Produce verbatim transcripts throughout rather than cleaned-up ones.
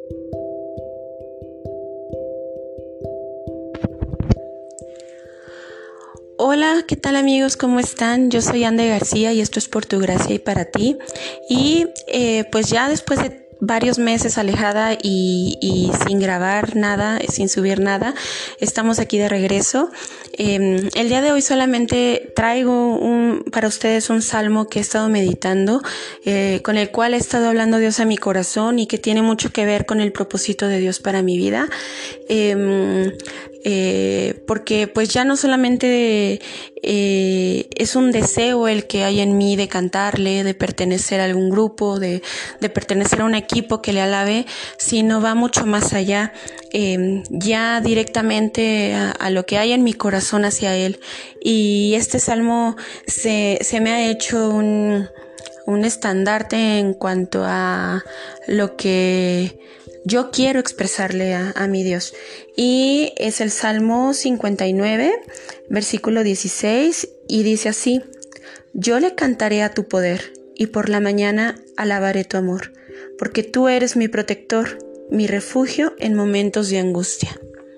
Hola, ¿qué tal amigos? ¿Cómo están? Yo soy Ande García y esto es Por Tu Gracia y Para Ti. Y eh, pues ya después de varios meses alejada y, y sin grabar nada, sin subir nada, estamos aquí de regreso. Eh, el día de hoy solamente traigo un, para ustedes un salmo que he estado meditando, eh, con el cual he estado hablando Dios a mi corazón y que tiene mucho que ver con el propósito de Dios para mi vida. Eh, Eh, porque pues ya no solamente eh, es un deseo el que hay en mí de cantarle, de pertenecer a algún grupo, de, de pertenecer a un equipo que le alabe, sino va mucho más allá, eh, ya directamente a, a lo que hay en mi corazón hacia Él. Y este salmo se, se me ha hecho un, un estandarte en cuanto a lo que yo quiero expresarle a, a mi Dios. Y es el Salmo cincuenta y nueve, versículo dieciséis, y dice así: Yo le cantaré a tu poder, y por la mañana alabaré tu amor, porque tú eres mi protector, mi refugio en momentos de angustia.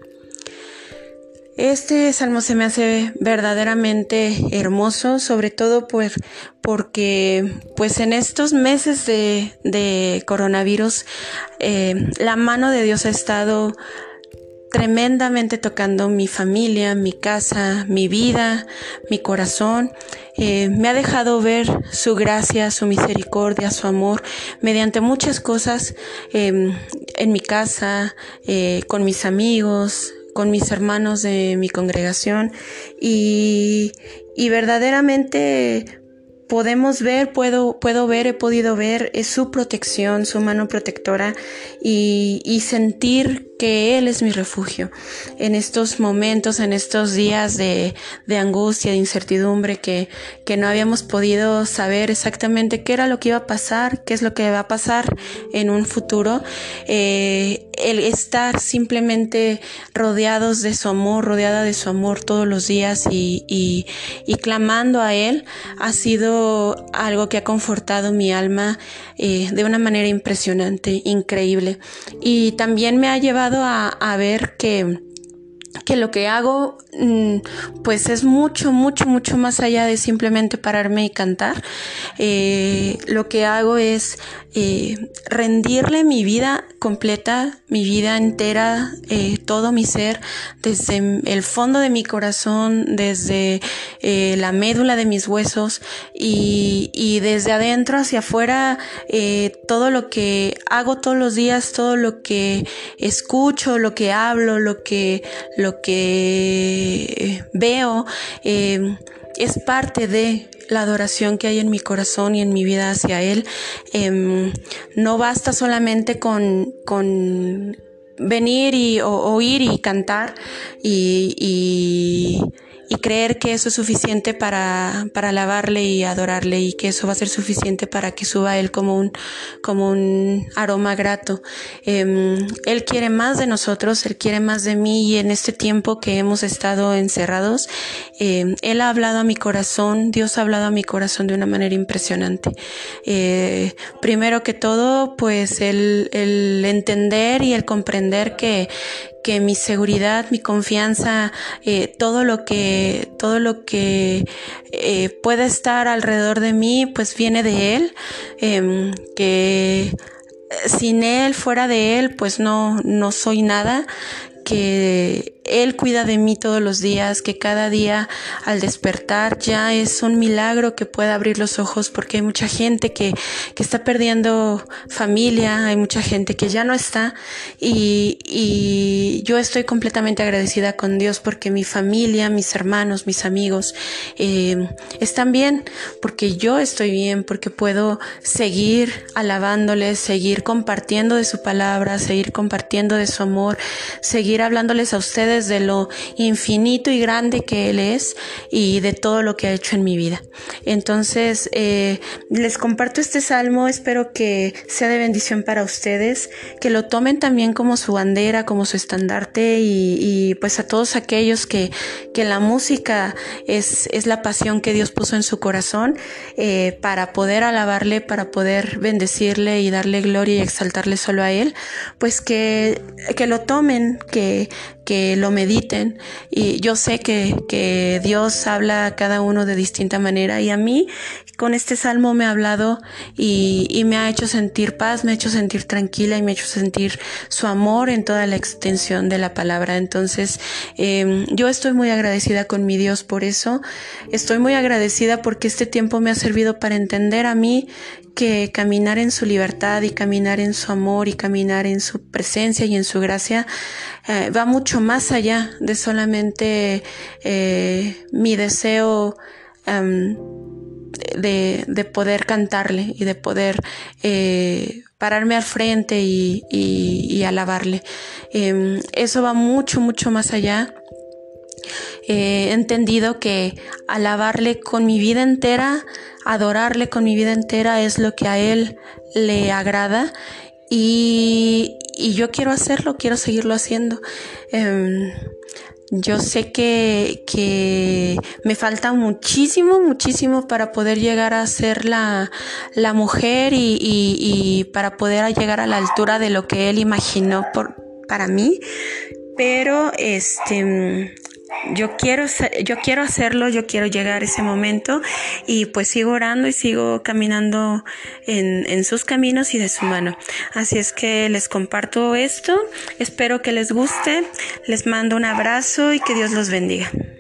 Este salmo se me hace verdaderamente hermoso, sobre todo pues porque pues en estos meses de, de coronavirus eh, la mano de Dios ha estado tremendamente tocando mi familia, mi casa, mi vida, mi corazón. Eh, me ha dejado ver su gracia, su misericordia, su amor mediante muchas cosas eh, en mi casa, eh, con mis amigos, con mis hermanos de mi congregación y, y verdaderamente podemos ver, puedo, puedo ver, he podido ver es su protección, su mano protectora y, y sentir que Él es mi refugio en estos momentos, en estos días de, de angustia, de incertidumbre, que, que no habíamos podido saber exactamente qué era lo que iba a pasar, qué es lo que va a pasar en un futuro. Eh, el estar simplemente rodeados de su amor, rodeada de su amor todos los días y, y, y clamando a Él ha sido algo que ha confortado mi alma eh, de una manera impresionante, increíble. Y también me ha llevado a, a ver que que lo que hago pues es mucho, mucho, mucho más allá de simplemente pararme y cantar. Eh, lo que hago es eh, rendirle mi vida completa, mi vida entera, eh, todo mi ser, desde el fondo de mi corazón, desde eh, la médula de mis huesos y, y desde adentro hacia afuera, eh, todo lo que hago todos los días, todo lo que escucho, lo que hablo, lo que lo que veo eh, es parte de la adoración que hay en mi corazón y en mi vida hacia Él. Eh, no basta solamente con, con venir y o, oír y cantar y, y y creer que eso es suficiente para, para alabarle y adorarle y que eso va a ser suficiente para que suba a Él como un, como un aroma grato. Eh, Él quiere más de nosotros, Él quiere más de mí y en este tiempo que hemos estado encerrados, eh, Él ha hablado a mi corazón, Dios ha hablado a mi corazón de una manera impresionante. Eh, primero que todo, pues el, el entender y el comprender que que mi seguridad, mi confianza, eh, todo lo que, todo lo que eh, pueda estar alrededor de mí, pues viene de Él, eh, que sin Él, fuera de Él, pues no, no soy nada, que Él cuida de mí todos los días, que cada día al despertar ya es un milagro que pueda abrir los ojos porque hay mucha gente que, que está perdiendo familia, hay mucha gente que ya no está y, y yo estoy completamente agradecida con Dios porque mi familia, mis hermanos, mis amigos eh, están bien, porque yo estoy bien, porque puedo seguir alabándoles, seguir compartiendo de su palabra, seguir compartiendo de su amor, seguir hablándoles a ustedes ustedes de lo infinito y grande que Él es y de todo lo que ha hecho en mi vida. Entonces, eh, les comparto este salmo, espero que sea de bendición para ustedes, que lo tomen también como su bandera, como su estandarte y, y pues a todos aquellos que, que la música es, es la pasión que Dios puso en su corazón eh, para poder alabarle, para poder bendecirle y darle gloria y exaltarle solo a Él, pues que, que lo tomen, que, que lo mediten. Y yo sé que, que Dios habla a cada uno de distinta manera y a mí con este salmo me ha hablado y, y me ha hecho sentir paz, me ha hecho sentir tranquila y me ha hecho sentir su amor en toda la extensión de la palabra. Entonces eh, yo estoy muy agradecida con mi Dios por eso. Estoy muy agradecida porque este tiempo me ha servido para entender a mí que caminar en su libertad y caminar en su amor y caminar en su presencia y en su gracia eh, va mucho más allá de solamente eh, mi deseo um, de, de poder cantarle y de poder eh, pararme al frente y, y, y alabarle. Eh, eso va mucho, mucho más allá. He entendido que alabarle con mi vida entera, adorarle con mi vida entera es lo que a Él le agrada y, y yo quiero hacerlo, quiero seguirlo haciendo. Um, Yo sé que, que me falta muchísimo, muchísimo para poder llegar a ser la, la mujer y, y, y para poder llegar a la altura de lo que Él imaginó por, para mí. Pero este, yo quiero, yo quiero hacerlo, yo quiero llegar a ese momento y pues sigo orando y sigo caminando en, en sus caminos y de su mano. Así es que les comparto esto, espero que les guste, les mando un abrazo y que Dios los bendiga.